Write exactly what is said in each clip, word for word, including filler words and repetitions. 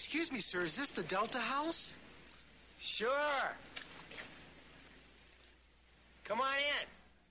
Excuse me, sir, is this the Delta House? Sure. Come on in.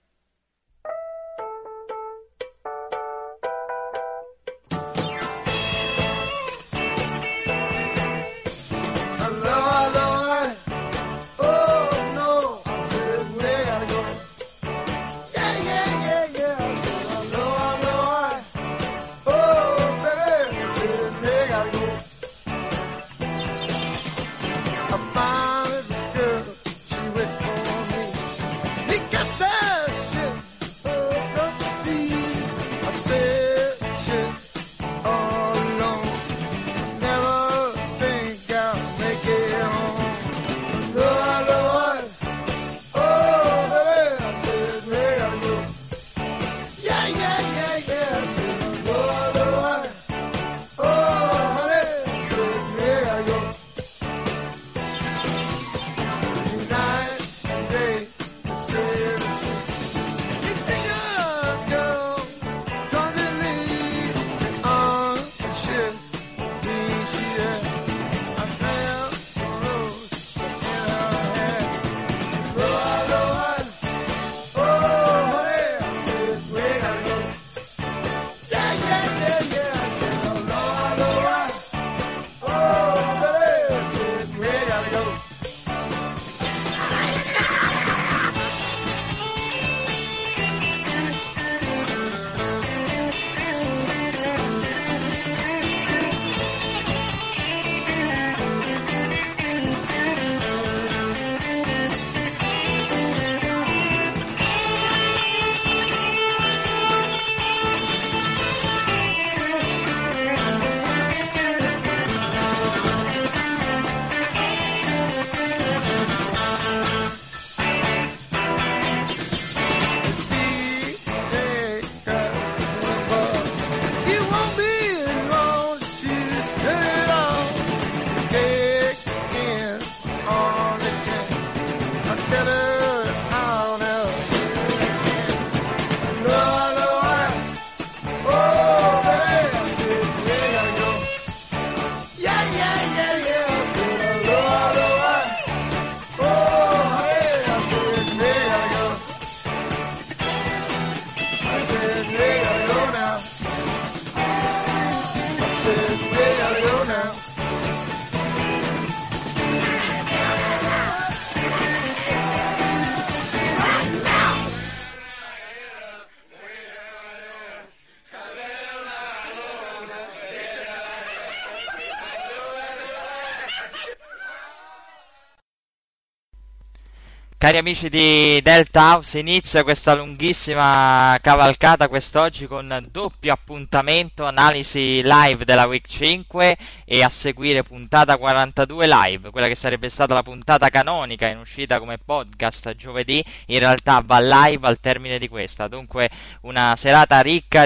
Cari amici di Delta House, inizia questa lunghissima cavalcata quest'oggi con doppio appuntamento, analisi live della Week cinque e a seguire puntata quarantadue live, quella che sarebbe stata la puntata canonica in uscita come podcast giovedì, in realtà va live al termine di questa, dunque una serata ricca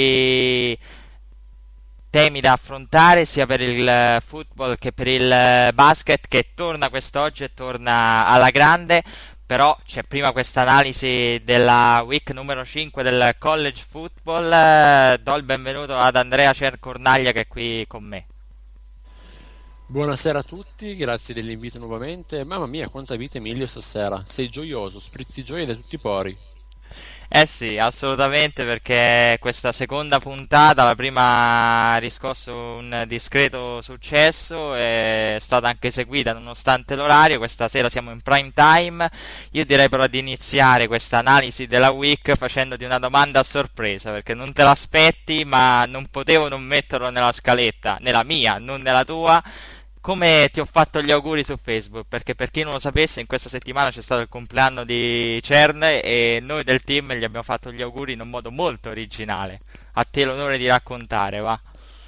di temi da affrontare sia per il football che per il basket, che torna quest'oggi e torna alla grande. Però c'è prima questa analisi della week numero cinque del college football. Do il benvenuto ad Andrea Cercornaglia che è qui con me. Buonasera a tutti, grazie dell'invito nuovamente. Mamma mia, quanta vita Emilio stasera, sei gioioso, sprizzi gioia da tutti i pori. Eh sì, assolutamente, perché questa seconda puntata, la prima ha riscosso un discreto successo, è stata anche seguita nonostante l'orario. Questa sera siamo in prime time. Io direi però di iniziare questa analisi della week facendoti una domanda a sorpresa, perché non te l'aspetti, ma non potevo non metterlo nella scaletta, nella mia, non nella tua. Come ti ho fatto gli auguri su Facebook, perché per chi non lo sapesse in questa settimana c'è stato il compleanno di Cern e noi del team gli abbiamo fatto gli auguri in un modo molto originale. A te l'onore di raccontare, va?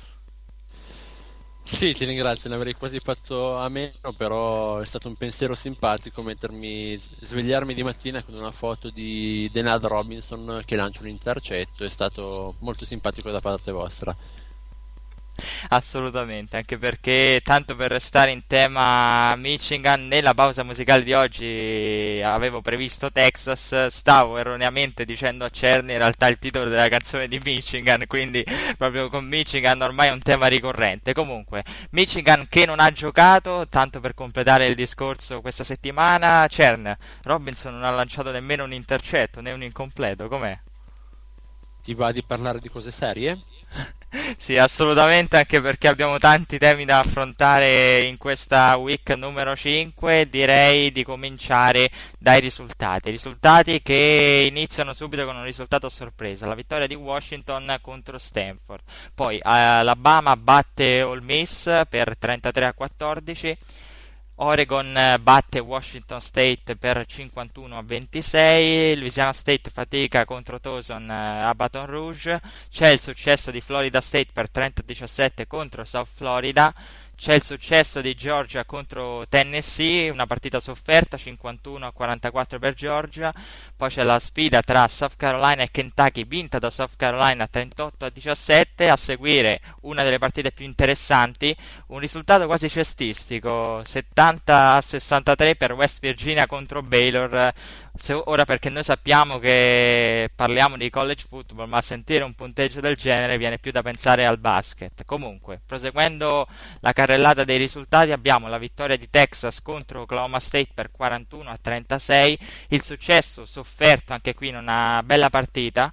Sì, ti ringrazio, ne avrei quasi fatto a meno, però è stato un pensiero simpatico mettermi, svegliarmi di mattina con una foto di Denard Robinson che lancia un intercetto, è stato molto simpatico da parte vostra. Assolutamente, anche perché, tanto per restare in tema Michigan, nella pausa musicale di oggi avevo previsto Texas, stavo erroneamente dicendo a Cerny in realtà il titolo della canzone di Michigan, quindi proprio con Michigan ormai è un tema ricorrente. Comunque, Michigan che non ha giocato, tanto per completare il discorso questa settimana, Cern, Robinson non ha lanciato nemmeno un intercetto, né un incompleto, com'è? Ti va di parlare di cose serie? Sì, assolutamente, anche perché abbiamo tanti temi da affrontare in questa week numero cinque. Direi di cominciare dai risultati. Risultati che iniziano subito con un risultato a sorpresa: la vittoria di Washington contro Stanford. Poi Alabama batte Ole Miss per trentatré a quattordici. Oregon batte Washington State per cinquantuno a ventisei, Louisiana State fatica contro Towson a Baton Rouge, c'è il successo di Florida State per trenta a diciassette contro South Florida, c'è il successo di Georgia contro Tennessee, una partita sofferta, cinquantuno a quarantaquattro per Georgia, poi c'è la sfida tra South Carolina e Kentucky vinta da South Carolina trentotto a diciassette, a seguire una delle partite più interessanti, un risultato quasi cestistico, settanta a sessantatré per West Virginia contro Baylor. Se, ora, perché noi sappiamo che parliamo di college football, ma a sentire un punteggio del genere viene più da pensare al basket. Comunque, proseguendo la carrellata dei risultati, abbiamo la vittoria di Texas contro Oklahoma State per quarantuno a trentasei, il successo sofferto anche qui in una bella partita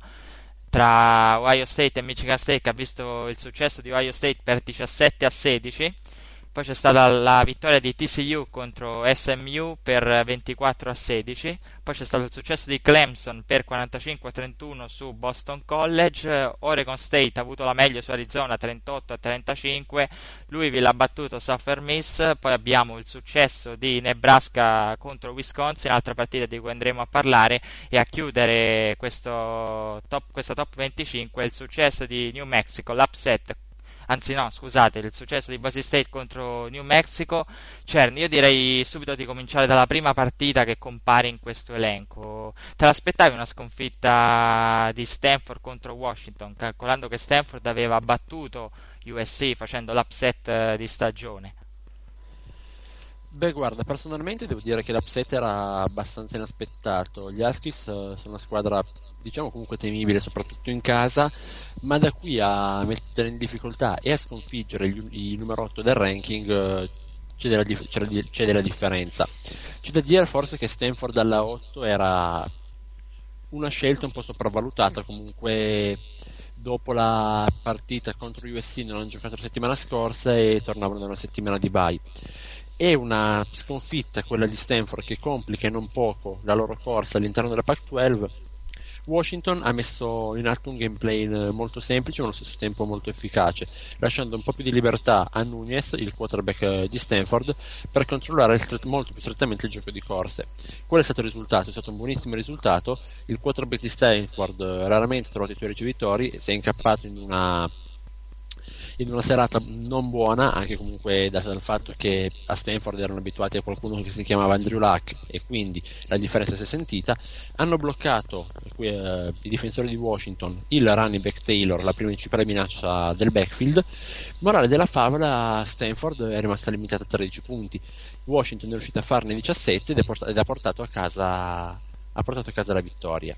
tra Ohio State e Michigan State, che ha visto il successo di Ohio State per diciassette a sedici. Poi c'è stata la vittoria di T C U contro S M U per ventiquattro a sedici, poi c'è stato il successo di Clemson per quarantacinque a trentuno su Boston College, Oregon State ha avuto la meglio su Arizona trentotto a trentacinque, Louisville ha battuto Southern Miss, poi abbiamo il successo di Nebraska contro Wisconsin, altra partita di cui andremo a parlare, e a chiudere questo top, questa top venticinque il successo di New Mexico, l'upset Anzi no, scusate, il successo di Boise State contro New Mexico. Cerny, io direi subito di cominciare dalla prima partita che compare in questo elenco. Te l'aspettavi una sconfitta di Stanford contro Washington, calcolando che Stanford aveva battuto U S C facendo l'upset di stagione? Beh, guarda, personalmente devo dire che l'upset era abbastanza inaspettato. Gli Huskies sono una squadra, diciamo, comunque temibile, soprattutto in casa, ma da qui a mettere in difficoltà e a sconfiggere gli, il numero otto del ranking c'è della, c'è della differenza. C'è da dire forse che Stanford alla otto era una scelta un po' sopravvalutata, comunque dopo la partita contro U S C non hanno giocato la settimana scorsa e tornavano da una settimana di bye. È una sconfitta quella di Stanford che complica non poco la loro corsa all'interno della Pac dodici. Washington ha messo in atto un gameplay molto semplice ma allo stesso tempo molto efficace, lasciando un po' più di libertà a Nunez, il quarterback di Stanford, per controllare il, molto più strettamente il gioco di corse. Qual è stato il risultato? È stato un buonissimo risultato. Il quarterback di Stanford raramente ha trovato i suoi ricevitori, si è incappato in una in una serata non buona, anche comunque dato dal fatto che a Stanford erano abituati a qualcuno che si chiamava Andrew Luck e quindi la differenza si è sentita. Hanno bloccato eh, i difensori di Washington, il running back Taylor, la principale minaccia del backfield. Morale della favola, Stanford è rimasta limitata a tredici punti, Washington è riuscita a farne diciassette ed, è port- ed ha portato a casa ha portato a casa la vittoria.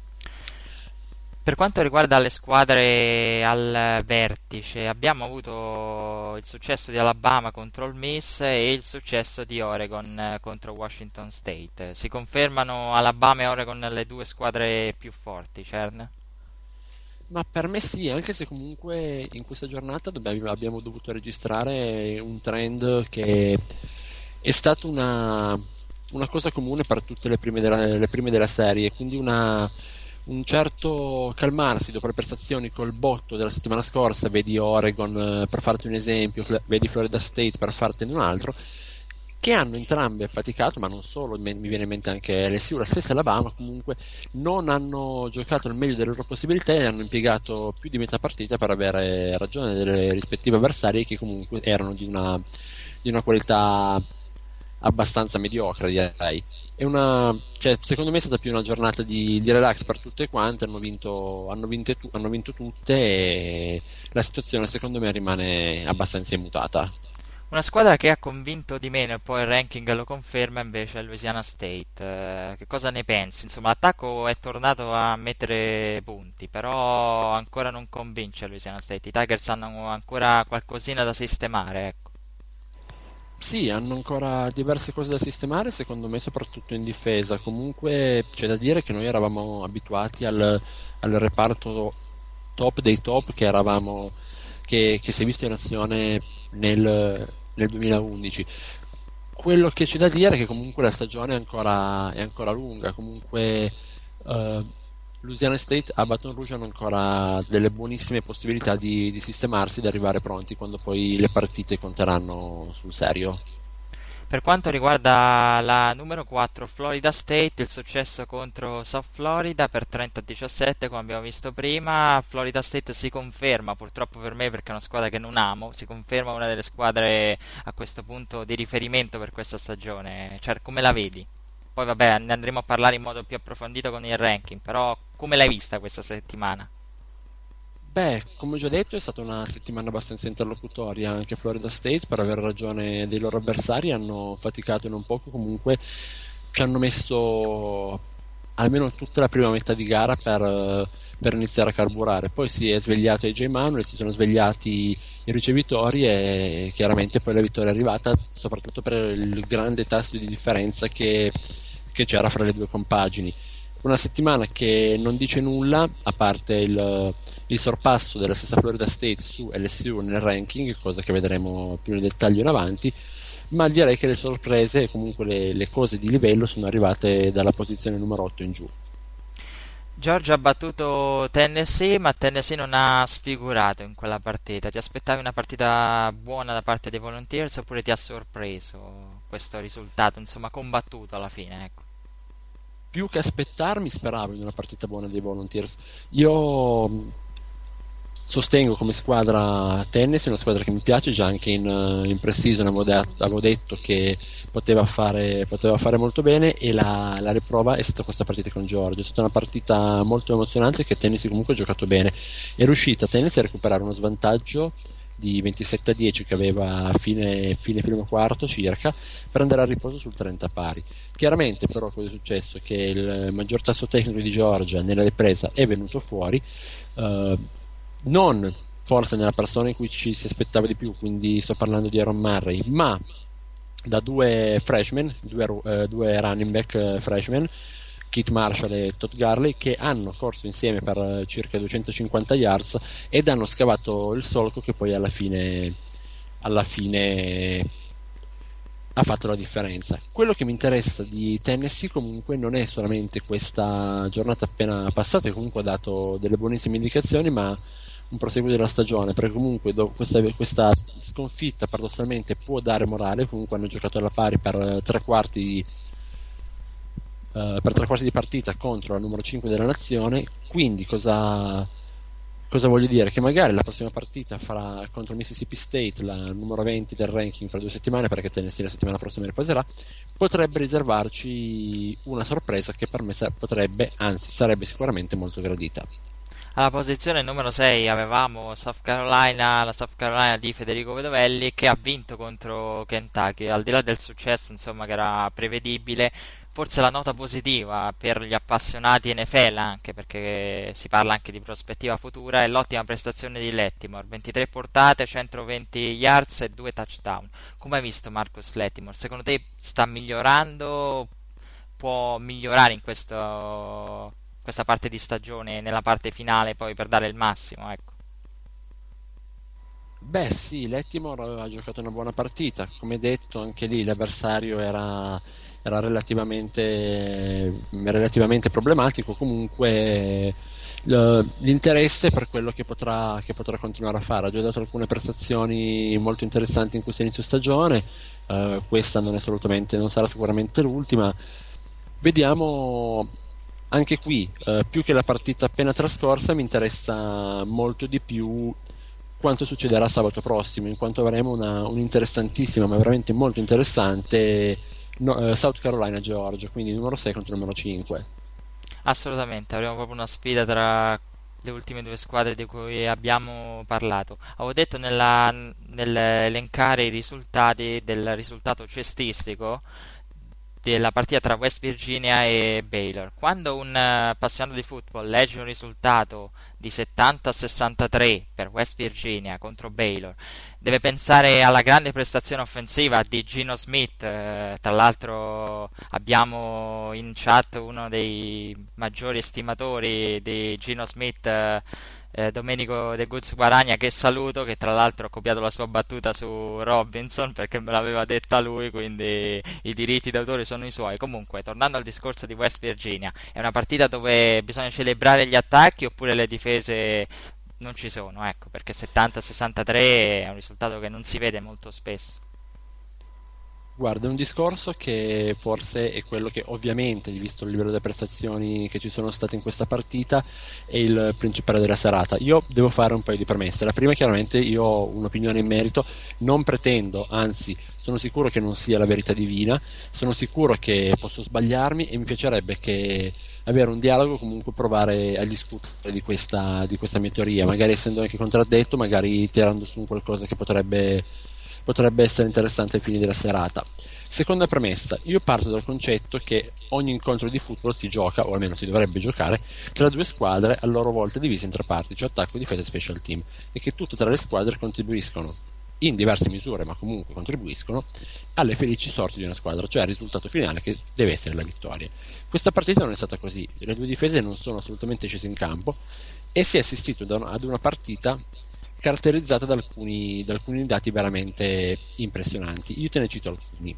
Per quanto riguarda le squadre al vertice, abbiamo avuto il successo di Alabama contro Ole Miss e il successo di Oregon contro Washington State. Si confermano Alabama e Oregon le due squadre più forti, Cern? Ma per me sì, anche se comunque in questa giornata dobbiamo, abbiamo dovuto registrare un trend che è stato una, una cosa comune per tutte le prime della, le prime della serie, quindi una un certo calmarsi dopo le prestazioni col botto della settimana scorsa, vedi Oregon per farti un esempio, vedi Florida State per fartene un altro, che hanno entrambe faticato, ma non solo, mi viene in mente anche L S U, la stessa Alabama, comunque non hanno giocato al meglio delle loro possibilità e hanno impiegato più di metà partita per avere ragione delle rispettive avversarie, che comunque erano di una, di una qualità abbastanza mediocre, direi. È una, cioè, secondo me è stata più una giornata di, di relax per tutte quante, hanno vinto, hanno, vinte tu, hanno vinto tutte e la situazione secondo me rimane abbastanza immutata. Una squadra che ha convinto di meno, e poi il ranking lo conferma, invece è Louisiana State. Eh, che cosa ne pensi? Insomma, l'attacco è tornato a mettere punti, però ancora non convince Louisiana State. I Tigers hanno ancora qualcosina da sistemare, ecco. Sì, hanno ancora diverse cose da sistemare, secondo me, soprattutto in difesa. Comunque c'è da dire che noi eravamo abituati al, al reparto top dei top che eravamo che, che si è visto in azione nel, nel duemilaundici. Quello che c'è da dire è che comunque la stagione è ancora, è ancora lunga. Comunque eh, Louisiana State a Baton Rouge hanno ancora delle buonissime possibilità di, di sistemarsi, di arrivare pronti quando poi le partite conteranno sul serio. Per quanto riguarda la numero quattro Florida State, il successo contro South Florida per trenta a diciassette, come abbiamo visto prima. Florida State si conferma, purtroppo per me perché è una squadra che non amo, si conferma una delle squadre a questo punto di riferimento per questa stagione. Cioè, come la vedi? Poi vabbè, ne andremo a parlare in modo più approfondito con il ranking, però come l'hai vista questa settimana? Beh, come ho già detto, è stata una settimana abbastanza interlocutoria. Anche Florida State, per aver ragione dei loro avversari, hanno faticato non poco, comunque ci hanno messo almeno tutta la prima metà di gara per, per iniziare a carburare. Poi si è svegliato A J Manuel, si sono svegliati i ricevitori e chiaramente poi la vittoria è arrivata, soprattutto per il grande tasso di differenza che, che c'era fra le due compagini. Una settimana che non dice nulla, a parte il, il sorpasso della stessa Florida State su L S U nel ranking, cosa che vedremo più nel dettaglio in avanti, ma direi che le sorprese e comunque le, le cose di livello sono arrivate dalla posizione numero otto in giù. Georgia ha battuto Tennessee, ma Tennessee non ha sfigurato in quella partita. Ti aspettavi una partita buona da parte dei Volunteers oppure ti ha sorpreso questo risultato, insomma, combattuto alla fine, ecco? Più che aspettarmi, speravo in una partita buona dei Volunteers. Io sostengo come squadra Tennessee, una squadra che mi piace, già anche in, in pre-season avevo, de- avevo detto che poteva fare, poteva fare molto bene, e la, la riprova è stata questa partita con Georgia. È stata una partita molto emozionante che Tennessee comunque ha giocato bene. È riuscita Tennessee a recuperare uno svantaggio di ventisette a dieci che aveva a fine, fine primo quarto circa, per andare a riposo sul trenta pari. Chiaramente però cosa è successo? Che il maggior tasso tecnico di Georgia nella ripresa è venuto fuori, eh, non forse nella persona in cui ci si aspettava di più, quindi sto parlando di Aaron Murray, ma da due freshman, due, eh, due running back eh, freshman, Kit Marshall e Todd Gurley, che hanno corso insieme per circa duecentocinquanta yards ed hanno scavato il solco che poi alla fine, alla fine ha fatto la differenza. Quello che mi interessa di Tennessee comunque non è solamente questa giornata appena passata, che comunque ha dato delle buonissime indicazioni, ma un proseguo della stagione, perché comunque do, questa, questa sconfitta paradossalmente può dare morale. Comunque hanno giocato alla pari per tre quarti di Uh, per tre quarti di partita contro la numero cinque della nazione. Quindi cosa, cosa voglio dire? Che magari la prossima partita farà contro Mississippi State, la numero venti del ranking, per due settimane, perché Tennessee la settimana prossima riposerà, potrebbe riservarci una sorpresa che per me potrebbe, anzi sarebbe sicuramente molto gradita. Alla posizione numero sei avevamo South Carolina, la South Carolina di Federico Vedovelli, che ha vinto contro Kentucky. Al di là del successo, insomma, che era prevedibile, forse la nota positiva per gli appassionati N F L, anche perché si parla anche di prospettiva futura, è l'ottima prestazione di Lattimore: ventitré portate, centoventi yards e due touchdown. Come hai visto Marcus Lattimore? Secondo te sta migliorando? Può migliorare in questo, questa parte di stagione, nella parte finale, poi per dare il massimo, ecco? Beh sì, Lattimore ha giocato una buona partita, come detto anche lì l'avversario era, era relativamente, relativamente problematico. Comunque l'interesse per quello che potrà, che potrà continuare a fare. Ha già dato alcune prestazioni molto interessanti in questo inizio stagione, eh, questa non è assolutamente, non sarà sicuramente l'ultima. Vediamo anche qui, eh, più che la partita appena trascorsa, mi interessa molto di più quanto succederà sabato prossimo, in quanto avremo una, un'interessantissima, ma veramente molto interessante no, eh, South Carolina Georgia, quindi numero sei contro numero cinque. Assolutamente, avremo proprio una sfida tra le ultime due squadre di cui abbiamo parlato. Avevo detto nella, nell'elencare i risultati del risultato cestistico della partita tra West Virginia e Baylor. Quando un uh, appassionato di football legge un risultato di settanta a sessantatré per West Virginia contro Baylor, deve pensare alla grande prestazione offensiva di Geno Smith. Eh, tra l'altro abbiamo in chat uno dei maggiori estimatori di Geno Smith, eh, eh, Domenico De Guz Guaragna, che saluto, che tra l'altro ho copiato la sua battuta su Robinson perché me l'aveva detta lui, quindi i diritti d'autore sono i suoi. Comunque, tornando al discorso di West Virginia, è una partita dove bisogna celebrare gli attacchi oppure le difese non ci sono, ecco, perché settanta a sessantatré è un risultato che non si vede molto spesso. Guarda, è un discorso che forse è quello che ovviamente, visto il livello delle prestazioni che ci sono state in questa partita, è il principale della serata. Io devo fare un paio di premesse. La prima, chiaramente, io ho un'opinione in merito, non pretendo, anzi sono sicuro che non sia la verità divina, sono sicuro che posso sbagliarmi e mi piacerebbe che avere un dialogo, comunque provare a discutere di questa, di questa mia teoria, magari essendo anche contraddetto, magari tirando su qualcosa che potrebbe potrebbe essere interessante ai fini della serata. Seconda premessa, io parto dal concetto che ogni incontro di football si gioca, o almeno si dovrebbe giocare, tra due squadre a loro volta divise in tre parti, cioè attacco, difesa e special team, e che tutte e tre le squadre contribuiscono in diverse misure, ma comunque contribuiscono alle felici sorti di una squadra, cioè al risultato finale che deve essere la vittoria. Questa partita non è stata così, le due difese non sono assolutamente scese in campo e si è assistito ad una partita caratterizzata da alcuni, da alcuni dati veramente impressionanti. Io te ne cito alcuni.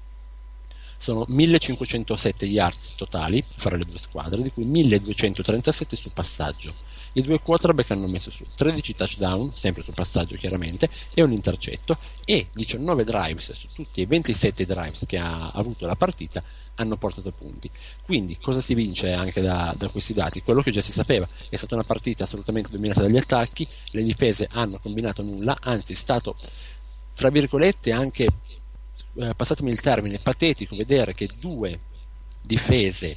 Sono millecinquecentosette yards totali fra le due squadre, di cui milleduecentotrentasette sul passaggio. I due quarterback hanno messo su tredici touchdown, sempre sul passaggio chiaramente, e un intercetto, e diciannove drives su tutti i ventisette drives che ha avuto la partita hanno portato punti. Quindi cosa si vince anche da, da questi dati? Quello che già si sapeva: è stata una partita assolutamente dominata dagli attacchi, le difese hanno combinato nulla, anzi è stato, tra virgolette, anche Eh, passatemi il termine, patetico vedere che due difese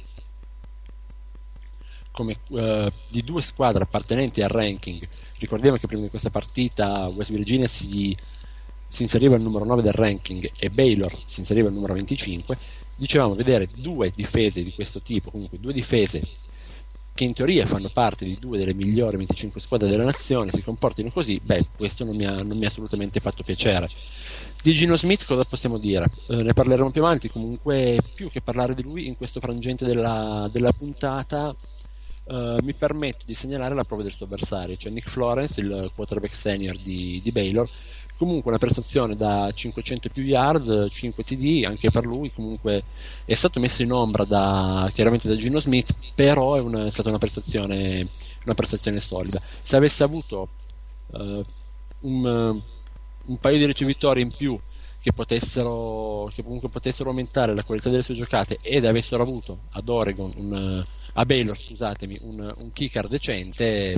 come, eh, di due squadre appartenenti al ranking, ricordiamo che prima di questa partita West Virginia si, si inseriva al numero nove del ranking e Baylor si inseriva al numero venticinque, dicevamo vedere due difese di questo tipo, comunque due difese che in teoria fanno parte di due delle migliori venticinque squadre della nazione, si comportino così, beh, questo non mi ha, non mi ha assolutamente fatto piacere. Di Geno Smith cosa possiamo dire? Eh, ne parleremo più avanti, comunque più che parlare di lui in questo frangente della, della puntata eh, mi permetto di segnalare la prova del suo avversario, cioè Nick Florence, il quarterback senior di, di Baylor. Comunque una prestazione da cinquecento più yard, cinque T D anche per lui, comunque è stato messo in ombra da, chiaramente da Geno Smith, però è, una, è stata una prestazione, una prestazione solida. Se avesse avuto uh, un, un paio di ricevitori in più che potessero, che comunque potessero aumentare la qualità delle sue giocate, ed avessero avuto ad Oregon un, a Baylor scusatemi un, un kicker decente,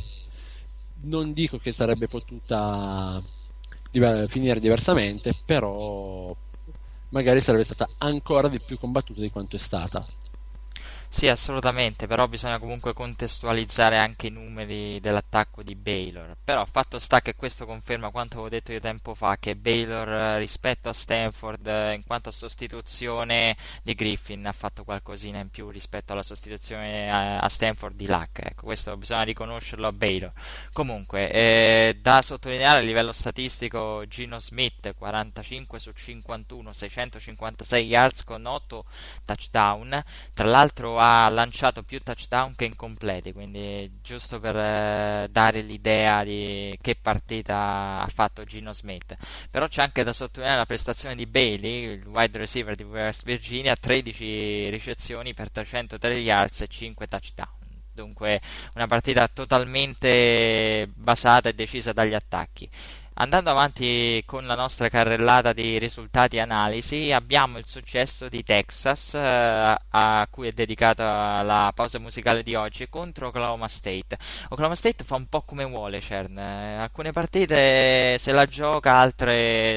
non dico che sarebbe potuta finire diversamente, però magari sarebbe stata ancora di più combattuta di quanto è stata. Sì, assolutamente, però bisogna comunque contestualizzare anche i numeri dell'attacco di Baylor. Però fatto sta che questo conferma quanto avevo detto io tempo fa, che Baylor rispetto a Stanford in quanto a sostituzione di Griffin ha fatto qualcosina in più rispetto alla sostituzione a, a Stanford di Luck. Ecco, questo bisogna riconoscerlo a Baylor. Comunque, eh, da sottolineare a livello statistico Geno Smith, quarantacinque su cinquantuno, seicentocinquantasei yards con otto touchdown, tra l'altro ha lanciato più touchdown che incompleti, quindi giusto per eh, dare l'idea di che partita ha fatto Geno Smith. Però c'è anche da sottolineare la prestazione di Bailey, il wide receiver di West Virginia, tredici ricezioni per trecentotre yards e cinque touchdown. Dunque una partita totalmente basata e decisa dagli attacchi. Andando avanti con la nostra carrellata di risultati e analisi, abbiamo il successo di Texas, eh, a cui è dedicata la pausa musicale di oggi, contro Oklahoma State. Oklahoma State fa un po' come vuole, Cern. Alcune partite se la gioca, altre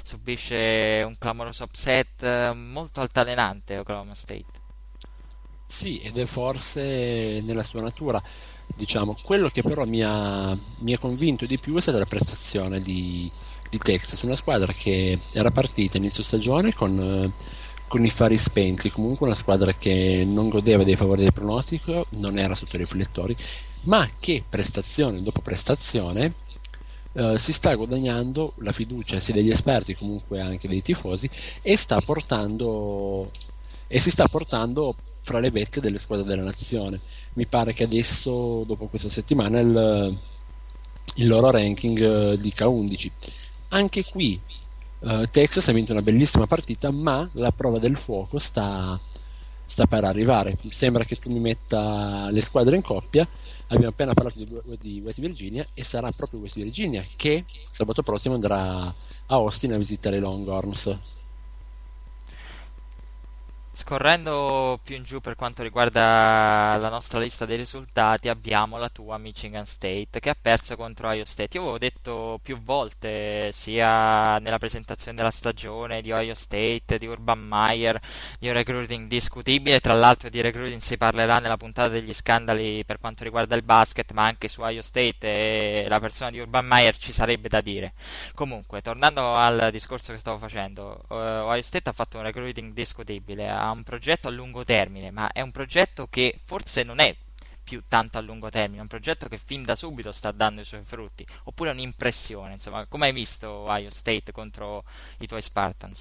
subisce un clamoroso upset molto altalenante Oklahoma State. Sì, ed è forse nella sua natura, diciamo. Quello che però mi ha, mi ha convinto di più è stata la prestazione di, di Texas, una squadra che era partita inizio stagione con, con i fari spenti, comunque una squadra che non godeva dei favori del pronostico, non era sotto i riflettori, ma che prestazione dopo prestazione eh, si sta guadagnando la fiducia sia degli esperti, comunque anche dei tifosi, e sta portando e si sta portando fra le vette delle squadre della nazione. Mi pare che adesso, dopo questa settimana, il, il loro ranking eh, dica undici. Anche qui eh, Texas ha vinto una bellissima partita, ma la prova del fuoco sta, sta per arrivare. Sembra che tu mi metta le squadre in coppia. Abbiamo appena parlato di, di West Virginia, e sarà proprio West Virginia che sabato prossimo andrà a Austin a visitare i Longhorns. Scorrendo più in giù per quanto riguarda la nostra lista dei risultati, abbiamo la tua Michigan State che ha perso contro Ohio State. Io avevo detto più volte, sia nella presentazione della stagione, di Ohio State, di Urban Meyer, di un recruiting discutibile. Tra l'altro di recruiting si parlerà nella puntata degli scandali per quanto riguarda il basket, ma anche su Ohio State e la persona di Urban Meyer ci sarebbe da dire. Comunque, tornando al discorso che stavo facendo, uh, Ohio State ha fatto un recruiting discutibile, ha un progetto a lungo termine, ma è un progetto che forse non è più tanto a lungo termine, è un progetto che fin da subito sta dando i suoi frutti, oppure un'impressione, insomma. Come hai visto Ohio State contro i tuoi Spartans?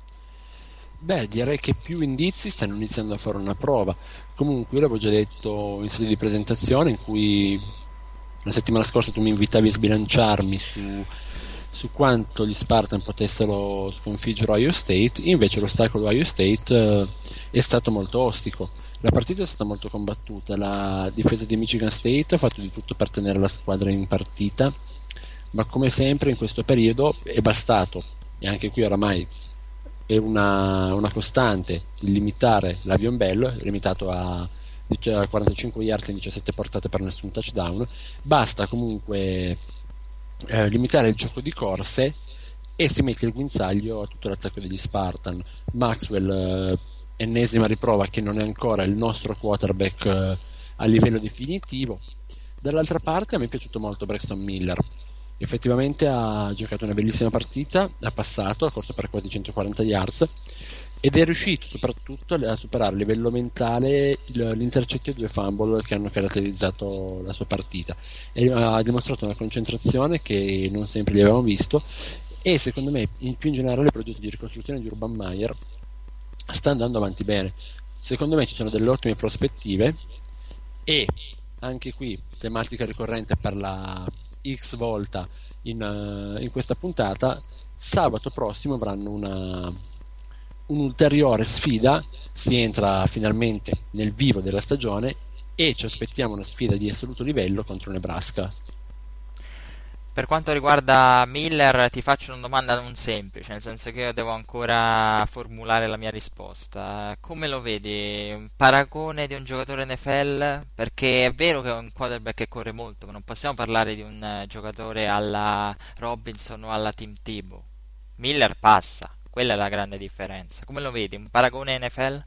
Beh, direi che più indizi stanno iniziando a fare una prova. Comunque io l'avevo già detto in sede di presentazione, in cui la settimana scorsa tu mi invitavi a sbilanciarmi su su quanto gli Spartan potessero sconfiggere Ohio State. Invece l'ostacolo Ohio State eh, è stato molto ostico. La partita è stata molto combattuta, la difesa di Michigan State ha fatto di tutto per tenere la squadra in partita, ma come sempre in questo periodo è bastato, e anche qui oramai è una, una costante, il limitare l'avion bello, limitato a quarantacinque yards e diciassette portate per nessun touchdown. Basta comunque Eh, limitare il gioco di corse e si mette il guinzaglio a tutto l'attacco degli Spartan. Maxwell, eh, ennesima riprova che non è ancora il nostro quarterback eh, a livello definitivo. Dall'altra parte a me è piaciuto molto Braxton Miller, effettivamente ha giocato una bellissima partita, ha passato, ha corso per quasi centoquaranta yards ed è riuscito soprattutto a superare a livello mentale l'intercetto e due fumble che hanno caratterizzato la sua partita, e ha dimostrato una concentrazione che non sempre gli avevamo visto, e secondo me in più in generale il progetto di ricostruzione di Urban Meyer sta andando avanti bene. Secondo me ci sono delle ottime prospettive, e anche qui tematica ricorrente per la X volta in, uh, in questa puntata, sabato prossimo avranno una un'ulteriore sfida, si entra finalmente nel vivo della stagione e ci aspettiamo una sfida di assoluto livello contro Nebraska. Per quanto riguarda Miller ti faccio una domanda non semplice, nel senso che io devo ancora formulare la mia risposta. Come lo vedi? Un paragone di un giocatore N F L? Perché è vero che è un quarterback che corre molto, ma non possiamo parlare di un giocatore alla Robinson o alla Tim Tebow. Miller passa. Quella è la grande differenza. Come lo vedi? Un paragone N F L?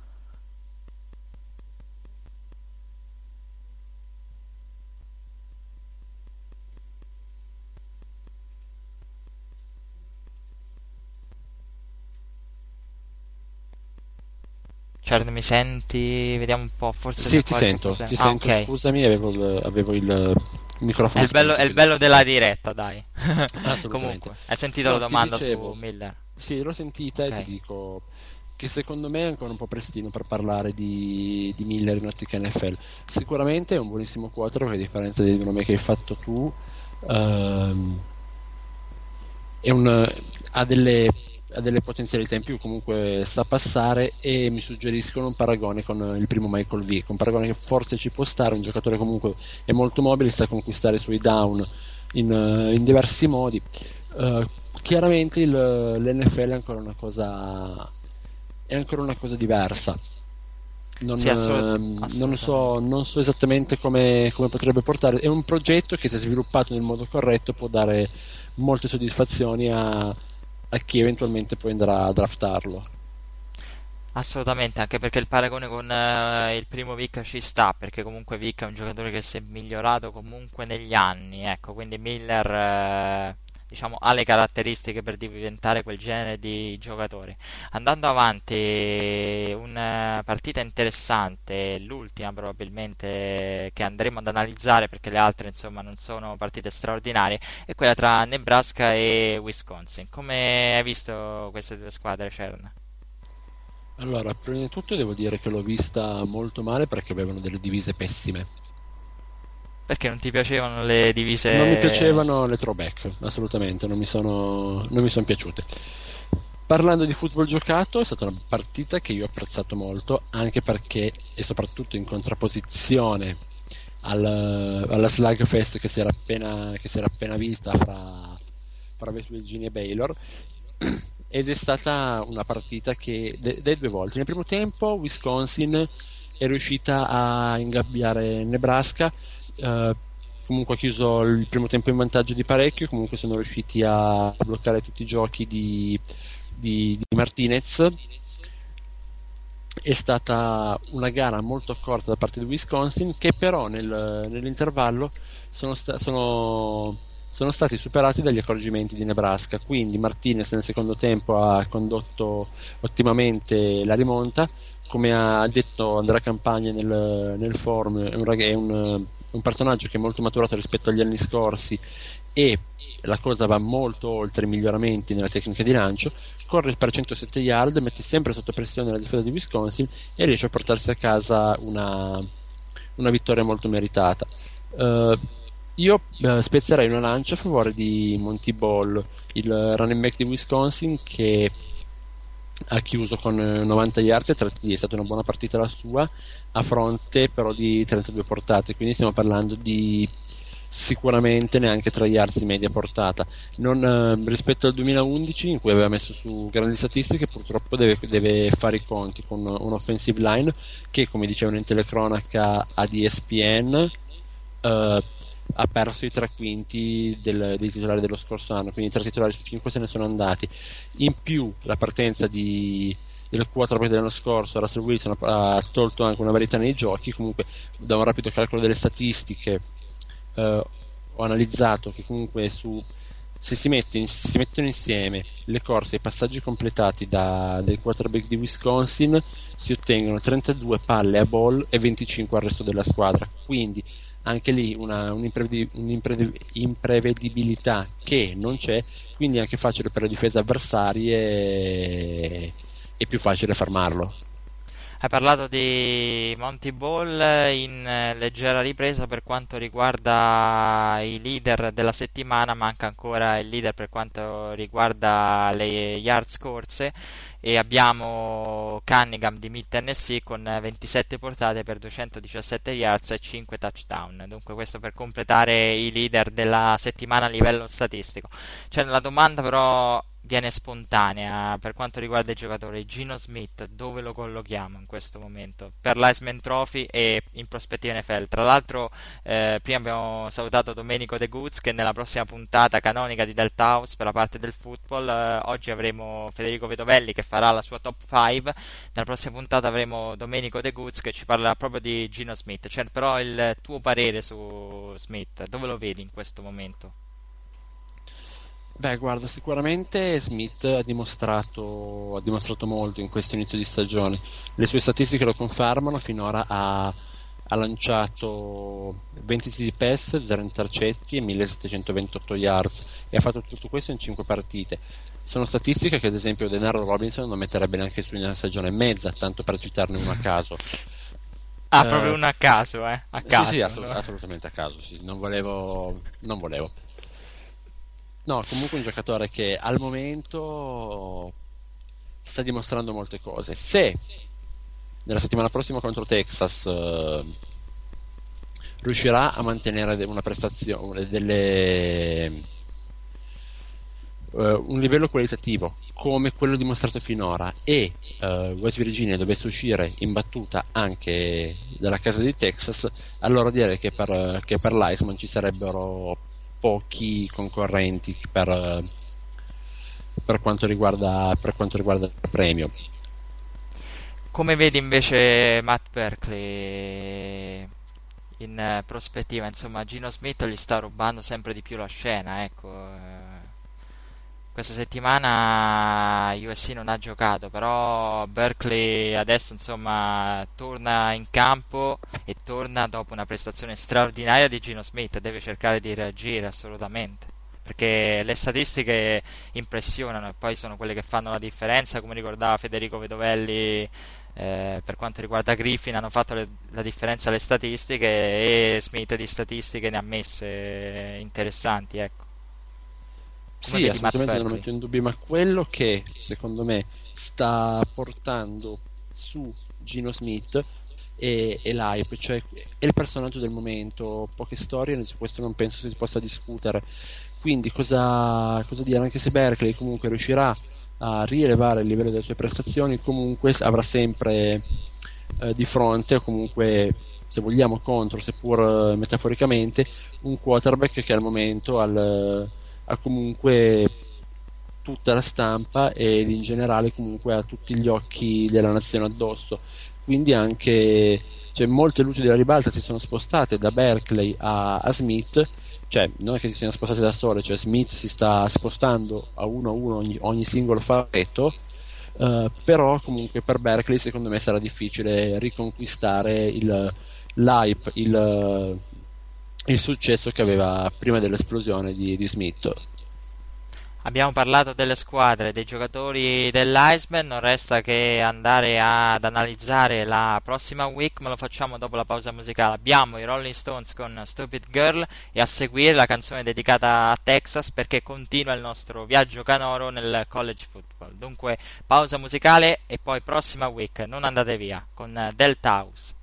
Cioè, mi senti? Vediamo un po', forse sì, ti sento, ti ah, sento okay. Scusami, avevo il, avevo il microfono. È il bello, è il bello della diretta, dai. Assolutamente. Comunque, hai sentito no, la domanda dicevo, su Miller? Sì, l'ho sentita okay. E ti dico che secondo me è ancora un po' prestino per parlare di, di Miller in ottica N F L. Sicuramente è un buonissimo quarterback, a differenza del nome che hai fatto tu, um, è un, ha delle ha delle potenzialità in più, comunque sa passare, e mi suggeriscono un paragone con il primo Michael Vick, un paragone che forse ci può stare, un giocatore comunque è molto mobile, sa conquistare i suoi down in, in diversi modi. Uh, chiaramente il, l'N F L è ancora una cosa è ancora una cosa diversa, non, sì, assolut- non so non so esattamente come, come potrebbe portare. È un progetto che, se sviluppato nel modo corretto, può dare molte soddisfazioni a a chi eventualmente poi andrà a draftarlo. Assolutamente, anche perché il paragone con eh, il primo Vic ci sta, perché comunque Vic è un giocatore che si è migliorato comunque negli anni, ecco, quindi Miller eh, diciamo ha le caratteristiche per diventare quel genere di giocatore. Andando avanti, una partita interessante, l'ultima probabilmente che andremo ad analizzare, perché le altre insomma non sono partite straordinarie, è quella tra Nebraska e Wisconsin. Come hai visto queste due squadre, Cern? Allora, prima di tutto devo dire che l'ho vista molto male perché avevano delle divise pessime. Perché non ti piacevano le divise? Non mi piacevano le throwback, assolutamente, non mi sono, non mi sono piaciute. Parlando di football giocato, è stata una partita che io ho apprezzato molto, anche perché, e soprattutto in contrapposizione al, alla Slugfest che si era appena, che si era appena vista fra, fra West Virginia e Baylor, ed è stata una partita che delle due volte. Nel primo tempo Wisconsin è riuscita a ingabbiare Nebraska, eh, comunque ha chiuso il primo tempo in vantaggio di parecchio, comunque sono riusciti a bloccare tutti i giochi di, di, di Martinez. È stata una gara molto corta da parte di Wisconsin, che però nel, nell'intervallo sono, sta, sono sono stati superati dagli accorgimenti di Nebraska, quindi Martinez nel secondo tempo ha condotto ottimamente la rimonta. Come ha detto Andrea Campagna nel, nel forum, è, un, è un, un personaggio che è molto maturato rispetto agli anni scorsi e la cosa va molto oltre i miglioramenti nella tecnica di lancio. Corre per centosette yard, mette sempre sotto pressione la difesa di Wisconsin e riesce a portarsi a casa una, una vittoria molto meritata. Uh, Io eh, spezzerei una lancia a favore di Monty Ball, il running back di Wisconsin, che ha chiuso con novanta yard e tre T D. È stata una buona partita la sua, a fronte però di trentadue portate, quindi stiamo parlando di sicuramente neanche tre yards di media portata. Non, eh, rispetto al duemilaundici, in cui aveva messo su grandi statistiche, purtroppo deve, deve fare i conti con un offensive line che, come dicevano in telecronaca ad E S P N, eh, ha perso i tre quinti del, dei titolari dello scorso anno, quindi i tre titolari su cinque se ne sono andati. In più la partenza di, del quarterback dell'anno scorso, Russell Wilson, ha, ha tolto anche una varietà nei giochi. Comunque, da un rapido calcolo delle statistiche, eh, ho analizzato che comunque su se si, mette, si mettono insieme le corse e i passaggi completati da, del quarterback di Wisconsin, si ottengono trentadue palle a Ball e venticinque al resto della squadra, quindi anche lì una, un'imprevedibilità che non c'è, quindi è anche facile per le difese avversarie e è più facile fermarlo. Hai parlato di Monty Ball in eh, leggera ripresa per quanto riguarda i leader della settimana. Manca ancora il leader per quanto riguarda le yards corse, e abbiamo Cunningham di Mid Tennessee con ventisette portate per duecentodiciassette yards e cinque touchdown. Dunque questo per completare i leader della settimana a livello statistico. Cioè, la domanda però viene spontanea per quanto riguarda i giocatori. Gino Smith dove lo collochiamo in questo momento per l'Heisman Trophy e in prospettiva N F L? Tra l'altro eh, prima abbiamo salutato Domenico De Guz, che nella prossima puntata canonica di Delta House per la parte del football, eh, oggi avremo Federico Vedovelli che farà la sua top cinque, nella prossima puntata avremo Domenico De Guz che ci parlerà proprio di Gino Smith. Cioè, però il tuo parere su Smith, dove lo vedi in questo momento? Beh, guarda, sicuramente Smith ha dimostrato, ha dimostrato molto in questo inizio di stagione. Le sue statistiche lo confermano. Finora ha, ha lanciato venti T D pass, zero intercetti e millesettecentoventotto yards, e ha fatto tutto questo in cinque partite. Sono statistiche che ad esempio Denaro Robinson non metterebbe neanche su in una stagione e mezza, tanto per citarne uno a caso. Ah, eh, proprio uno a caso, eh? A caso. Sì, sì, assolut- assolutamente a caso, sì. Non volevo, non volevo. No, comunque un giocatore che al momento sta dimostrando molte cose. Se nella settimana prossima contro Texas eh, riuscirà a mantenere una prestazione, delle, eh, un livello qualitativo come quello dimostrato finora, e eh, West Virginia dovesse uscire imbattuta anche dalla casa di Texas, allora direi che per, che per l'Heisman ci sarebbero pochi concorrenti per, per quanto riguarda per quanto riguarda il premio. Come vedi invece Matt Berkley in eh, prospettiva? Insomma, Gino Smith gli sta rubando sempre di più la scena, ecco. eh. Questa settimana U S C non ha giocato, però Berkley adesso insomma torna in campo e torna dopo una prestazione straordinaria di Gino Smith. Deve cercare di reagire assolutamente, perché le statistiche impressionano e poi sono quelle che fanno la differenza, come ricordava Federico Vedovelli. Eh, per quanto riguarda Griffin hanno fatto le, la differenza le statistiche, e Smith di statistiche ne ha messe interessanti, ecco. Come Sì, vedi Matt assolutamente non lo Berkley? metto in dubbio, ma quello che secondo me sta portando su Gino Smith è, è l'hype, cioè è il personaggio del momento, poche storie, su questo non penso si possa discutere. Quindi cosa, cosa dire, anche se Berkley comunque riuscirà a rielevare il livello delle sue prestazioni, comunque avrà sempre eh, di fronte, o comunque se vogliamo contro, seppur eh, metaforicamente, un quarterback che al momento al, ha comunque tutta la stampa e in generale comunque ha tutti gli occhi della nazione addosso. Quindi anche, cioè, molte luci della ribalta si sono spostate da Berkley a, a Smith, cioè non è che si siano spostate da sole, cioè Smith si sta spostando a uno a uno ogni, ogni singolo faretto, uh, però comunque per Berkley secondo me sarà difficile riconquistare il, l'hype, il, il successo che aveva prima dell'esplosione di, di Smith. Abbiamo parlato delle squadre, dei giocatori dell'Iceman, non resta che andare ad analizzare la prossima week, ma lo facciamo dopo la pausa musicale. Abbiamo i Rolling Stones con Stupid Girl e a seguire la canzone dedicata a Texas, perché continua il nostro viaggio canoro nel college football. Dunque pausa musicale e poi prossima week, non andate via, con Delta House.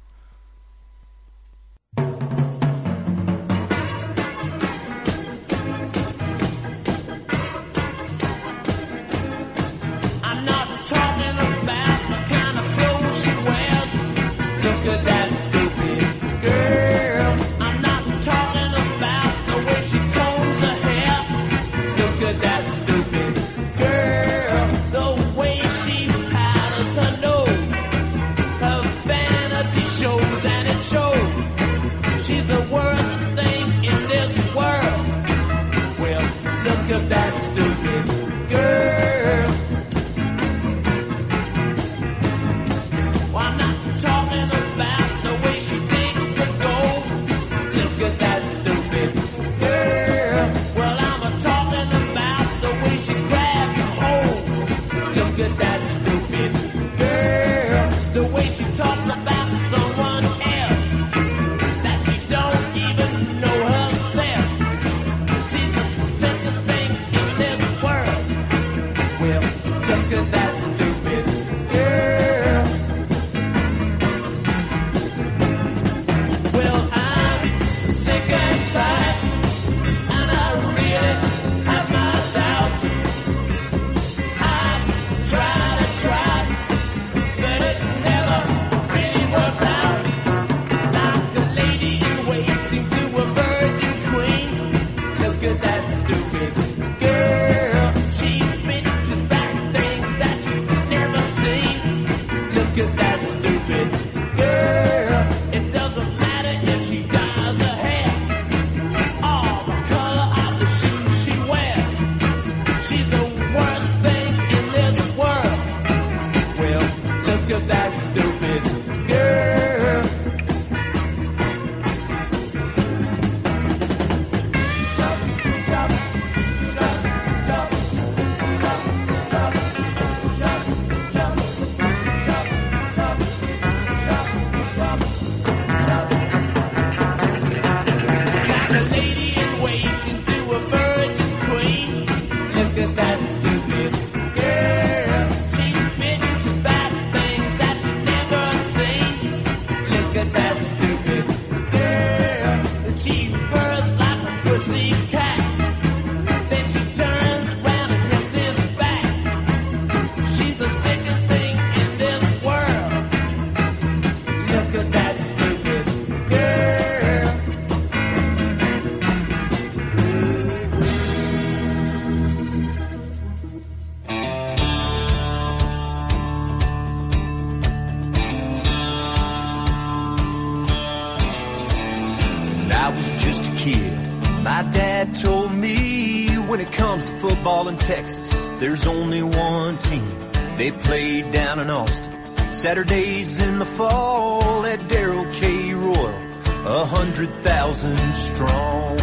My dad told me when it comes to football in Texas, there's only one team. They played down in Austin. Saturdays in the fall at Darrell K. Royal, a hundred thousand strong.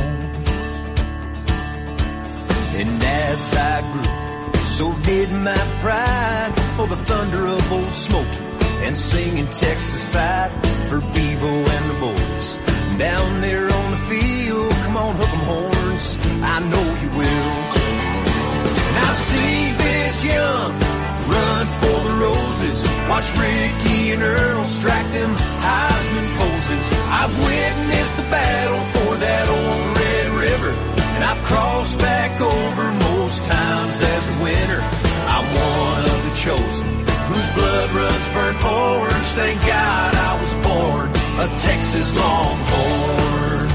And as I grew, so did my pride for the thunder of Old Smoky and singing Texas Fight for Bevo and the boys. Down there on the field, come on, hook 'em horns, I know you will. And I've seen Vince Young run for the roses, watch Ricky and Earl strike them Heisman poses. I've witnessed the battle for that old Red River, and I've crossed back over most times as a winner. I'm one of the chosen, whose blood runs burnt orange. Thank God I was born a Texas Longhorn.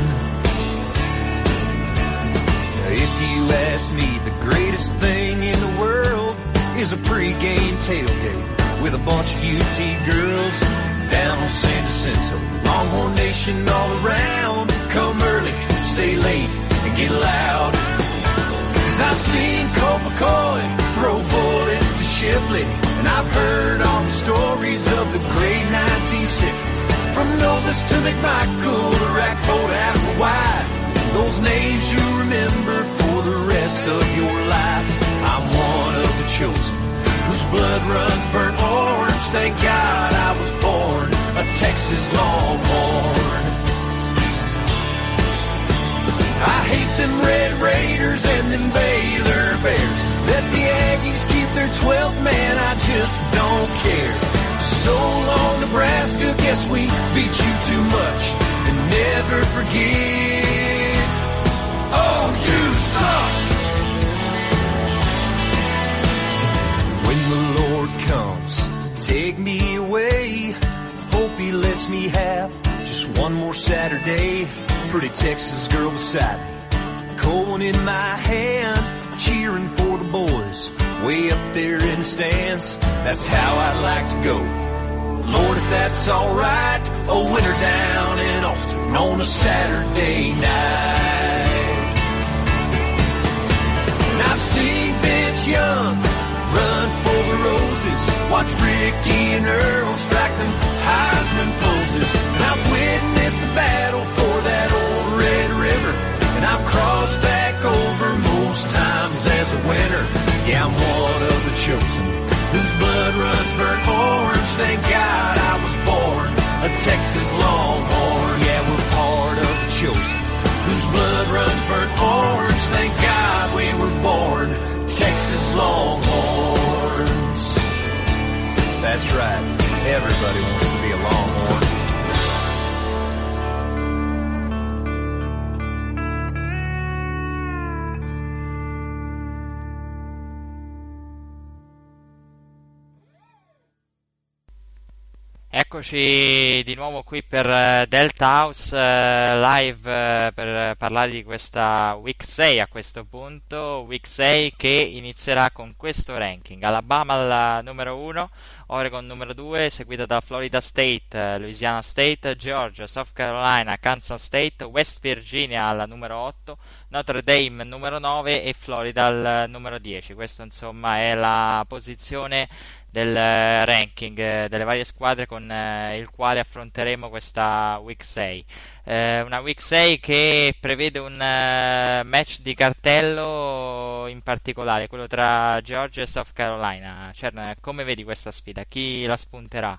If you ask me, the greatest thing in the world is a pregame tailgate with a bunch of U T girls down on San Jacinto. Longhorn Nation all around, come early, stay late, and get loud. 'Cause I've seen Colt McCoy throw bullets to Shipley, and I've heard all the stories of the great nineteen sixties. From Novus to McMichael to Rackbolt out wide, those names you remember for the rest of your life. I'm one of the chosen, whose blood runs burnt orange. Thank God I was born a Texas Longhorn. I hate them Red Raiders and them Baylor Bears. Let the Aggies keep their twelfth man, I just don't care. So long, Nebraska, guess we beat you too much. And never forget, oh, you sucks. When the Lord comes to take me away, hope he lets me have just one more Saturday. Pretty Texas girl beside me, cold one in my hand, cheering for the boys way up there in the stands. That's how I'd like to go, Lord, if that's alright. A winter down in Austin on a Saturday night. And I've seen Vince Young run for the roses, watch Ricky and Earl strike them Heisman poses. And I've witnessed the battle for that old Red River, and I've crossed back over most times as a winner. Yeah, I'm one of the chosen, whose blood runs burnt orange. Thank God I was born a Texas Longhorn. Yeah, we're part of the chosen, whose blood runs burnt orange. Thank God we were born Texas Longhorns. That's right, everybody wants to be a Longhorn. Eccoci di nuovo qui per uh, Delta House uh, live uh, per parlare di questa Week sei a questo punto, Week sei che inizierà con questo ranking: Alabama al numero uno, Oregon numero due, seguita da Florida State, uh, Louisiana State, Georgia, South Carolina, Kansas State, West Virginia al numero otto, Notre Dame numero nove e Florida al numero dieci. Questa insomma è la posizione del ranking eh, delle varie squadre con eh, il quale affronteremo questa Week sei. Eh, una Week sei che prevede un uh, match di cartello in particolare, quello tra Georgia e South Carolina. Cern, come vedi questa sfida? Chi la spunterà?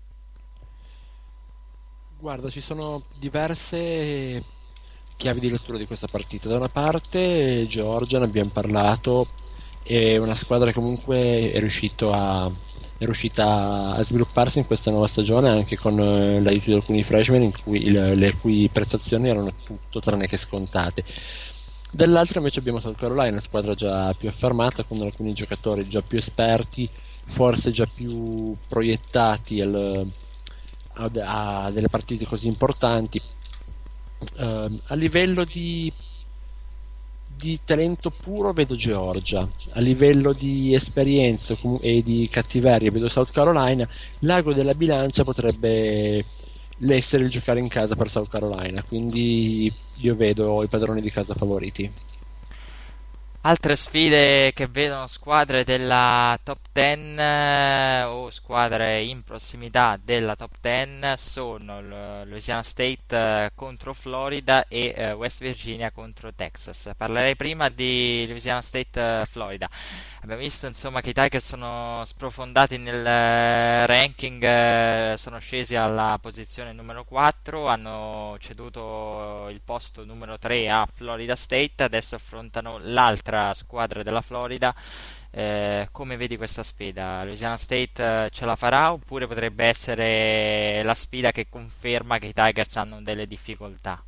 Guarda, ci sono diverse chiavi di lettura di questa partita. Da una parte Georgia, ne abbiamo parlato, è una squadra che comunque è riuscito a è riuscita a svilupparsi in questa nuova stagione anche con eh, l'aiuto di alcuni freshman in cui il, le cui prestazioni erano tutto tranne che scontate. Dall'altra invece abbiamo South Carolina, una squadra già più affermata, con alcuni giocatori già più esperti, forse già più proiettati al, a, a delle partite così importanti. Uh, a livello di di talento puro vedo Georgia, a livello di esperienza e di cattiveria vedo South Carolina. L'ago della bilancia potrebbe l'essere il giocare in casa per South Carolina, quindi io vedo i padroni di casa favoriti. Altre sfide che vedono squadre della top dieci eh, o squadre in prossimità della top dieci sono l- Louisiana State eh, contro Florida e eh, West Virginia contro Texas. Parlerei prima di Louisiana State eh, Florida. Abbiamo visto insomma che i Tigers sono sprofondati nel eh, ranking, eh, sono scesi alla posizione numero quattro, hanno ceduto il posto numero tre a Florida State, adesso affrontano l'altra squadra della Florida. Eh, come vedi questa sfida? Louisiana State eh, ce la farà oppure potrebbe essere la sfida che conferma che i Tigers hanno delle difficoltà?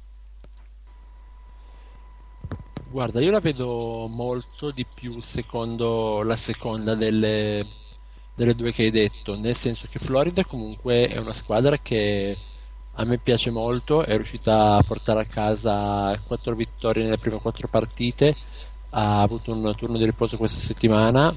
Guarda, io la vedo molto di più secondo la seconda delle, delle due che hai detto, nel senso che Florida comunque è una squadra che a me piace molto, è riuscita a portare a casa quattro vittorie nelle prime quattro partite, ha avuto un turno di riposo questa settimana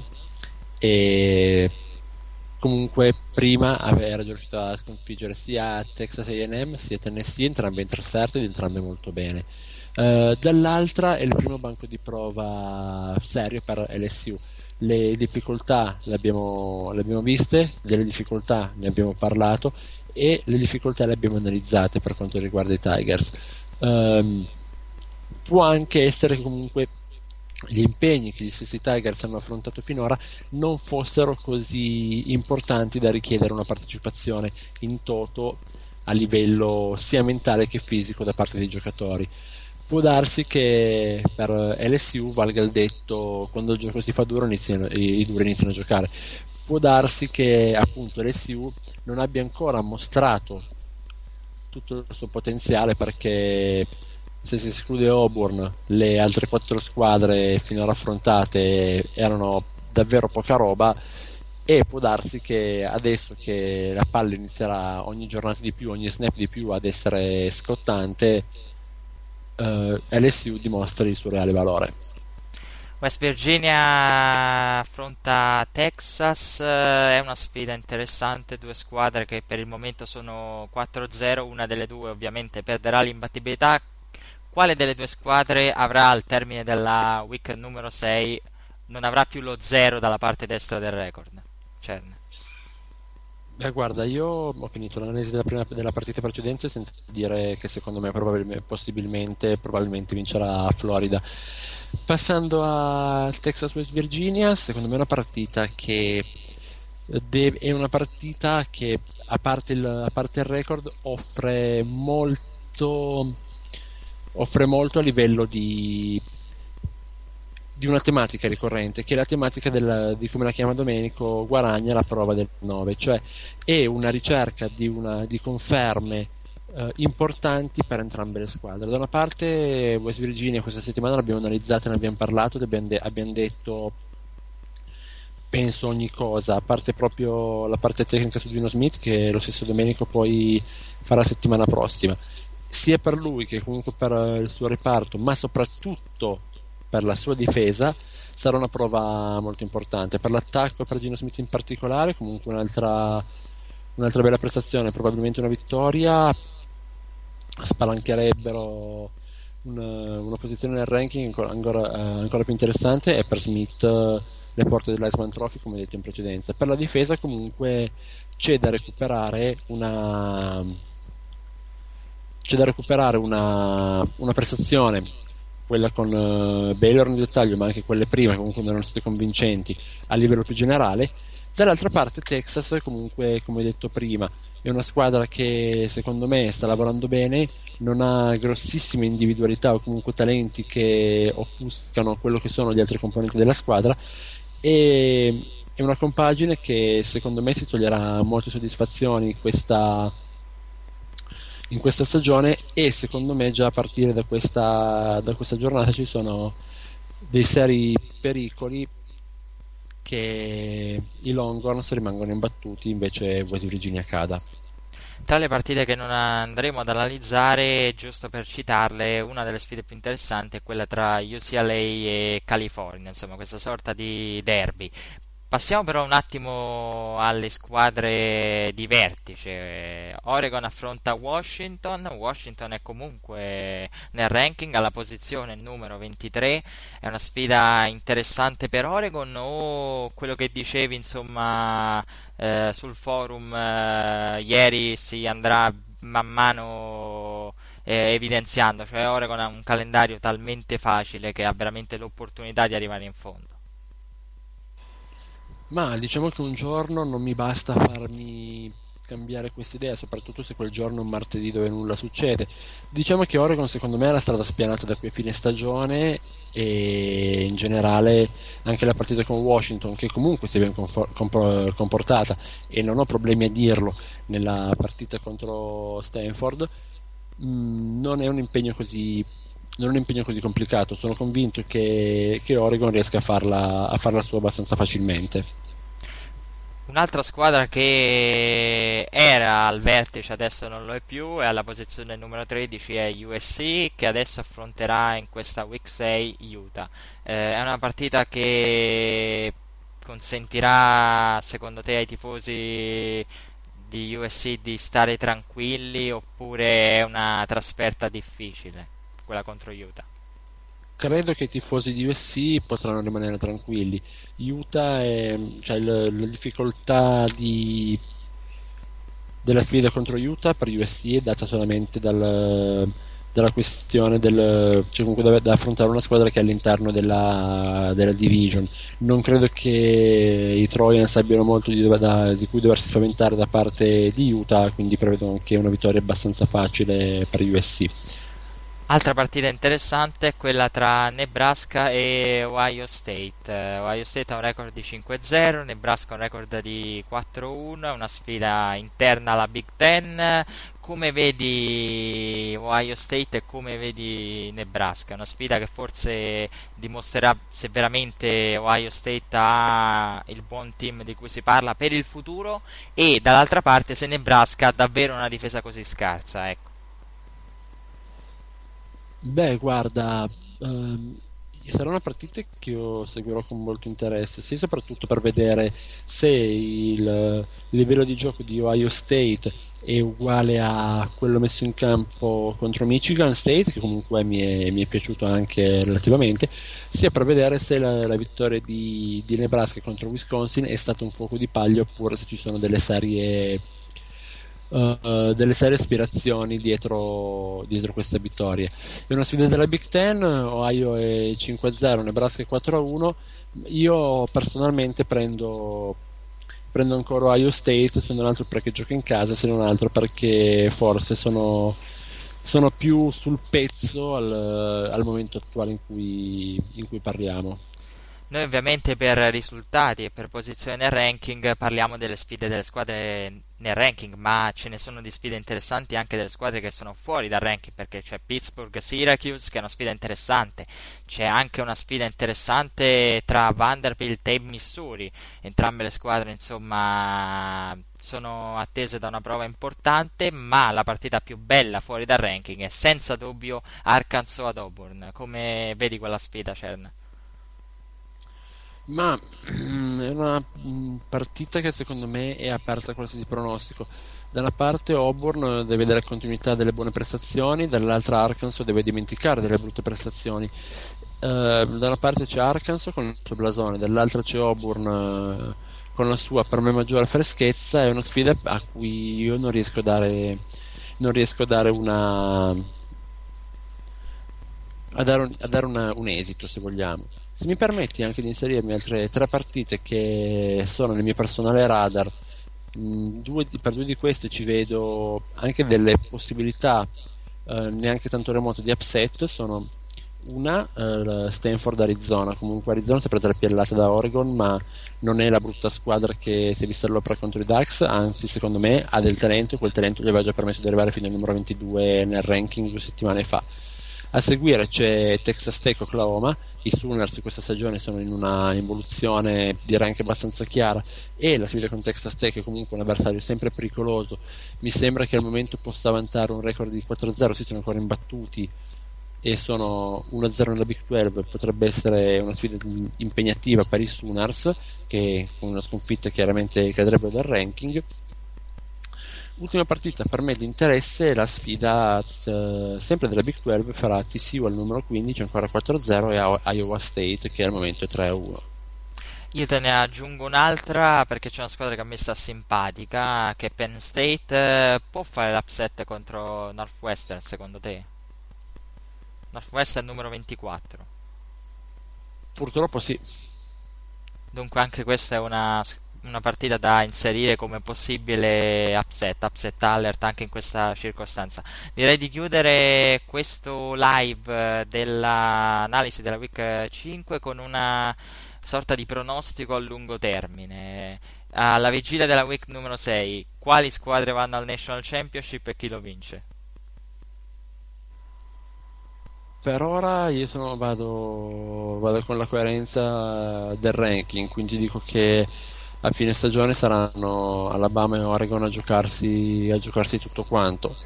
e comunque prima era riuscita a sconfiggere sia Texas A and M sia Tennessee, entrambe in trasferta ed entrambe molto bene. Uh, dall'altra è il primo banco di prova serio per L S U. Le difficoltà le abbiamo, le abbiamo viste, delle difficoltà ne abbiamo parlato e le difficoltà le abbiamo analizzate per quanto riguarda i Tigers. Um, può anche essere che comunque gli impegni che gli stessi Tigers hanno affrontato finora non fossero così importanti da richiedere una partecipazione in toto a livello sia mentale che fisico da parte dei giocatori. Può darsi che per L S U valga il detto quando il gioco si fa duro iniziano, i, i duri iniziano a giocare. Può darsi che appunto L S U non abbia ancora mostrato tutto il suo potenziale, perché se si esclude Auburn le altre quattro squadre finora affrontate erano davvero poca roba, e può darsi che adesso che la palla inizierà ogni giornata di più, ogni snap di più ad essere scottante, Uh, L S U dimostra il suo reale valore. West Virginia affronta Texas, è una sfida interessante, due squadre che per il momento sono quattro zero, una delle due ovviamente perderà l'imbattibilità. Quale delle due squadre avrà al termine della week numero sei, non avrà più lo zero dalla parte destra del record? Cerne. Beh, guarda, io ho finito l'analisi della, prima, della partita precedente senza dire che secondo me probabilmente, possibilmente probabilmente vincerà Florida. Passando a Texas West Virginia, secondo me è una partita che deve, è una partita che a parte il, a parte il record offre molto offre molto a livello di di una tematica ricorrente, che è la tematica del, di come la chiama Domenico Guaragna, la prova del nove, cioè è una ricerca di, una, di conferme eh, importanti per entrambe le squadre. Da una parte West Virginia questa settimana l'abbiamo analizzata, ne abbiamo parlato, abbiamo, de- abbiamo detto penso ogni cosa, a parte proprio la parte tecnica su Gino Smith, che lo stesso Domenico poi farà la settimana prossima, sia per lui che comunque per il suo reparto, ma soprattutto per la sua difesa sarà una prova molto importante. Per l'attacco e per Gino Smith in particolare comunque un'altra, un'altra bella prestazione, probabilmente una vittoria, spalancherebbero una, una posizione nel ranking ancora, ancora, eh, ancora più interessante, e per Smith eh, le porte dell'Heisman Trophy, come detto in precedenza. Per la difesa comunque c'è da recuperare una c'è da recuperare una, una prestazione, quella con uh, Baylor nel dettaglio, ma anche quelle prima che comunque non erano state convincenti a livello più generale. Dall'altra parte Texas comunque, come detto prima, è una squadra che secondo me sta lavorando bene, non ha grossissime individualità o comunque talenti che offuscano quello che sono gli altri componenti della squadra, e è una compagine che secondo me si toglierà molte soddisfazioni questa in questa stagione, e secondo me già a partire da questa, da questa giornata ci sono dei seri pericoli che i Longhorns rimangono imbattuti, invece West Virginia cada. Tra le partite che non andremo ad analizzare, giusto per citarle, una delle sfide più interessanti è quella tra U C L A e California, insomma questa sorta di derby. Passiamo però un attimo alle squadre di vertice. Oregon affronta Washington. Washington è comunque nel ranking alla posizione numero ventitré. È una sfida interessante per Oregon, o quello che dicevi insomma eh, sul forum eh, ieri si andrà man mano eh, evidenziando, cioè Oregon ha un calendario talmente facile che ha veramente l'opportunità di arrivare in fondo? Ma diciamo che un giorno non mi basta farmi cambiare questa idea, soprattutto se quel giorno è un martedì dove nulla succede. Diciamo che Oregon secondo me è la strada spianata da qui a fine stagione, e in generale anche la partita con Washington, che comunque si è ben confor- compor- comportata, e non ho problemi a dirlo, nella partita contro Stanford, mh, non è un impegno così non è un impegno così complicato. Sono convinto che, che Oregon riesca a farla, a farla sua abbastanza facilmente. Un'altra squadra che era al vertice, adesso non lo è più, è alla posizione numero tredici, è U S C, che adesso affronterà in questa Week sei Utah. Eh, è una partita che consentirà, secondo te, ai tifosi di U S C di stare tranquilli, oppure è una trasferta difficile quella contro Utah? Credo che i tifosi di U S C potranno rimanere tranquilli. Utah è, cioè la, la difficoltà di, della sfida contro Utah per U S C è data solamente dal, dalla questione del, cioè comunque da, da affrontare una squadra che è all'interno della, della division. Non credo che i Trojans abbiano molto di, da, di cui doversi spaventare da parte di Utah, quindi prevedo anche una vittoria abbastanza facile per U S C. Altra partita interessante è quella tra Nebraska e Ohio State. Ohio State ha un record di cinque zero, Nebraska ha un record di quattro uno, è una sfida interna alla Big Ten. Come vedi Ohio State e come vedi Nebraska? È una sfida che forse dimostrerà se veramente Ohio State ha il buon team di cui si parla per il futuro, e dall'altra parte se Nebraska ha davvero una difesa così scarsa, ecco. Beh, guarda, ehm, sarà una partita che io seguirò con molto interesse, sì, soprattutto per vedere se il livello di gioco di Ohio State è uguale a quello messo in campo contro Michigan State, che comunque mi è, mi è piaciuto anche relativamente, sia per vedere se la, la vittoria di, di Nebraska contro Wisconsin è stato un fuoco di paglia, oppure se ci sono delle serie Uh, delle serie aspirazioni dietro, dietro questa vittoria. È una sfida della Big Ten. Ohio è cinque a zero, Nebraska è quattro a uno. Io personalmente prendo prendo ancora Ohio State, se non altro perché gioca in casa, se non altro perché forse sono sono più sul pezzo al, al momento attuale in cui, in cui parliamo. Noi ovviamente per risultati e per posizione nel ranking parliamo delle sfide delle squadre nel ranking, ma ce ne sono di sfide interessanti anche delle squadre che sono fuori dal ranking, perché c'è Pittsburgh-Syracuse che è una sfida interessante, c'è anche una sfida interessante tra Vanderbilt e Missouri. Entrambe le squadre insomma sono attese da una prova importante, ma la partita più bella fuori dal ranking è senza dubbio Arkansas ad Auburn. Come vedi quella sfida, Cern? Ma è una partita che secondo me è aperta a qualsiasi pronostico. Da una parte Auburn deve dare continuità delle buone prestazioni, dall'altra Arkansas deve dimenticare delle brutte prestazioni. Uh, da una parte c'è Arkansas con il suo blasone, dall'altra c'è Auburn uh, con la sua per me maggiore freschezza. È una sfida a cui io non riesco a dare non riesco a dare una a dare un, a dare una, un esito, se vogliamo. Se mi permetti anche di inserirmi altre tre partite che sono nel mio personale radar, mh, due, per due di queste ci vedo anche delle possibilità eh, neanche tanto remote di upset. Sono una, eh, Stanford Arizona. Comunque Arizona si è presa la piellata da Oregon, ma non è la brutta squadra che si è vista all'opera contro i Ducks, anzi secondo me ha del talento, quel talento gli aveva già permesso di arrivare fino al numero ventidue nel ranking due settimane fa. A seguire c'è Texas Tech Oklahoma. I Sooners questa stagione sono in una involuzione direi anche abbastanza chiara, e la sfida con Texas Tech è comunque un avversario sempre pericoloso. Mi sembra che al momento possa vantare un record di quattro a zero, si sono ancora imbattuti, e sono uno a zero nella Big dodici. Potrebbe essere una sfida impegnativa per i Sooners, che con una sconfitta chiaramente cadrebbero dal ranking. Ultima partita per me di interesse è la sfida uh, sempre della Big dodici fra T C U al numero quindici ancora quattro a zero e Iowa State che al momento è tre a uno. Io te ne aggiungo un'altra perché c'è una squadra che a me sta simpatica, che Penn State. Può fare l'upset contro Northwestern secondo te? Northwestern numero ventiquattro. Purtroppo sì. Dunque anche questa è una, una partita da inserire come possibile upset, upset alert anche in questa circostanza. Direi di chiudere questo live dell'analisi della Week cinque con una sorta di pronostico a lungo termine. Alla vigilia della Week numero sei, quali squadre vanno al National Championship e chi lo vince? Per ora io sono, vado, vado con la coerenza del ranking, quindi dico che a fine stagione saranno Alabama e Oregon a giocarsi, a giocarsi tutto quanto.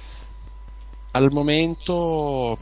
Al momento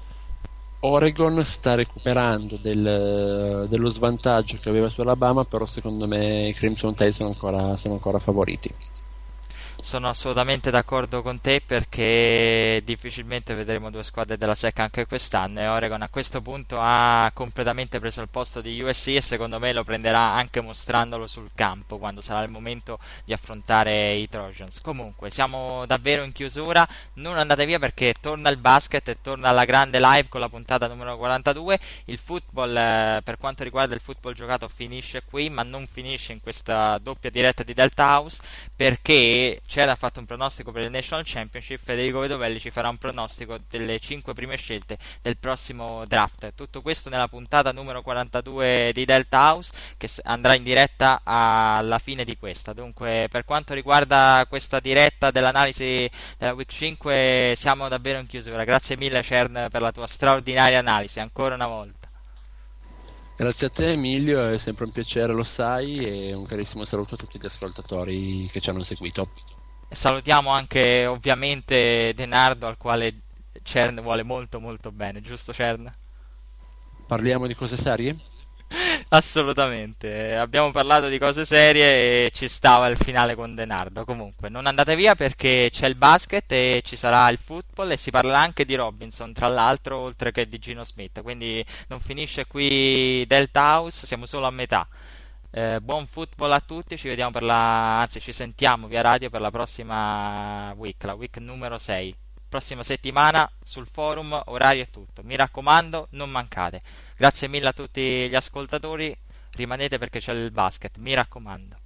Oregon sta recuperando del, dello svantaggio che aveva su Alabama, però secondo me i Crimson Tide sono ancora, sono ancora favoriti. Sono assolutamente d'accordo con te perché difficilmente vedremo due squadre della S E C anche quest'anno e Oregon a questo punto ha completamente preso il posto di U S C e secondo me lo prenderà anche mostrandolo sul campo quando sarà il momento di affrontare i Trojans. Comunque siamo davvero in chiusura, non andate via perché torna il basket e torna la grande live con la puntata numero quarantadue. Il football, eh, per quanto riguarda il football giocato, finisce qui, ma non finisce in questa doppia diretta di Delta House perché c'era fatto un pronostico per il National Championship. Federico Vedovelli ci farà un pronostico delle cinque prime scelte del prossimo draft. Tutto questo nella puntata numero quarantadue di Delta House che andrà in diretta alla fine di questa. Dunque per quanto riguarda questa diretta dell'analisi della Week cinque siamo davvero in chiusura. Grazie mille Cern per la tua straordinaria analisi ancora una volta. Grazie a te Emilio, è sempre un piacere, lo sai, e un carissimo saluto a tutti gli ascoltatori che ci hanno seguito. E salutiamo anche ovviamente Denardo al quale Cern vuole molto molto bene, giusto Cern? Parliamo di cose serie? Assolutamente, abbiamo parlato di cose serie e ci stava il finale con Denardo. Comunque non andate via perché c'è il basket e ci sarà il football e si parlerà anche di Robinson tra l'altro oltre che di Gino Smith, quindi non finisce qui Delta House, siamo solo a metà. Eh, buon football a tutti, ci vediamo per la anzi ci sentiamo via radio per la prossima week, la week numero sei. Prossima settimana sul forum, orario e tutto. Mi raccomando, non mancate. Grazie mille a tutti gli ascoltatori, rimanete perché c'è il basket, mi raccomando.